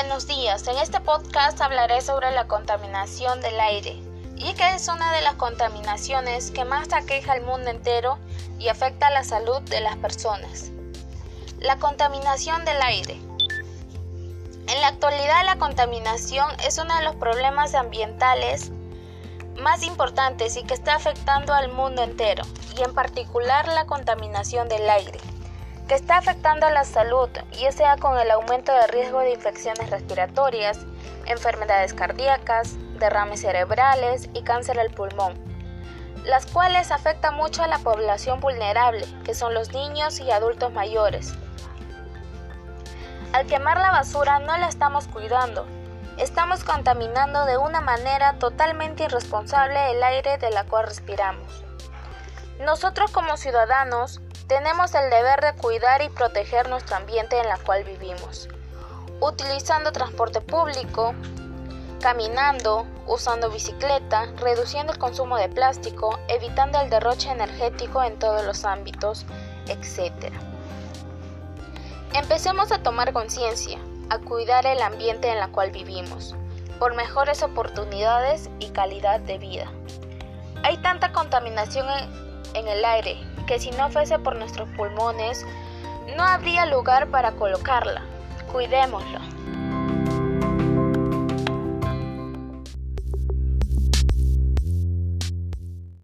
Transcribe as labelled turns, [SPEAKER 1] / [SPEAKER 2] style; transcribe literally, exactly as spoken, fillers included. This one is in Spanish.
[SPEAKER 1] Buenos días, en este podcast hablaré sobre la contaminación del aire, y que es una de las contaminaciones que más aqueja al mundo entero y afecta a la salud de las personas. La contaminación del aire. En la actualidad, la contaminación es uno de los problemas ambientales más importantes y que está afectando al mundo entero, y en particular la contaminación del aire, que está afectando a la salud, ya sea con el aumento de riesgo de infecciones respiratorias, enfermedades cardíacas, derrames cerebrales y cáncer al pulmón, las cuales afectan mucho a la población vulnerable, que son los niños y adultos mayores. Al quemar la basura no la estamos cuidando, estamos contaminando de una manera totalmente irresponsable el aire de la cual respiramos. Nosotros como ciudadanos tenemos el deber de cuidar y proteger nuestro ambiente en el cual vivimos, utilizando transporte público, caminando, usando bicicleta, reduciendo el consumo de plástico, evitando el derroche energético en todos los ámbitos, etcétera. Empecemos a tomar conciencia, a cuidar el ambiente en el cual vivimos, por mejores oportunidades y calidad de vida. Hay tanta contaminación en, en el aire que si no fuese por nuestros pulmones, no habría lugar para colocarla. Cuidémoslo.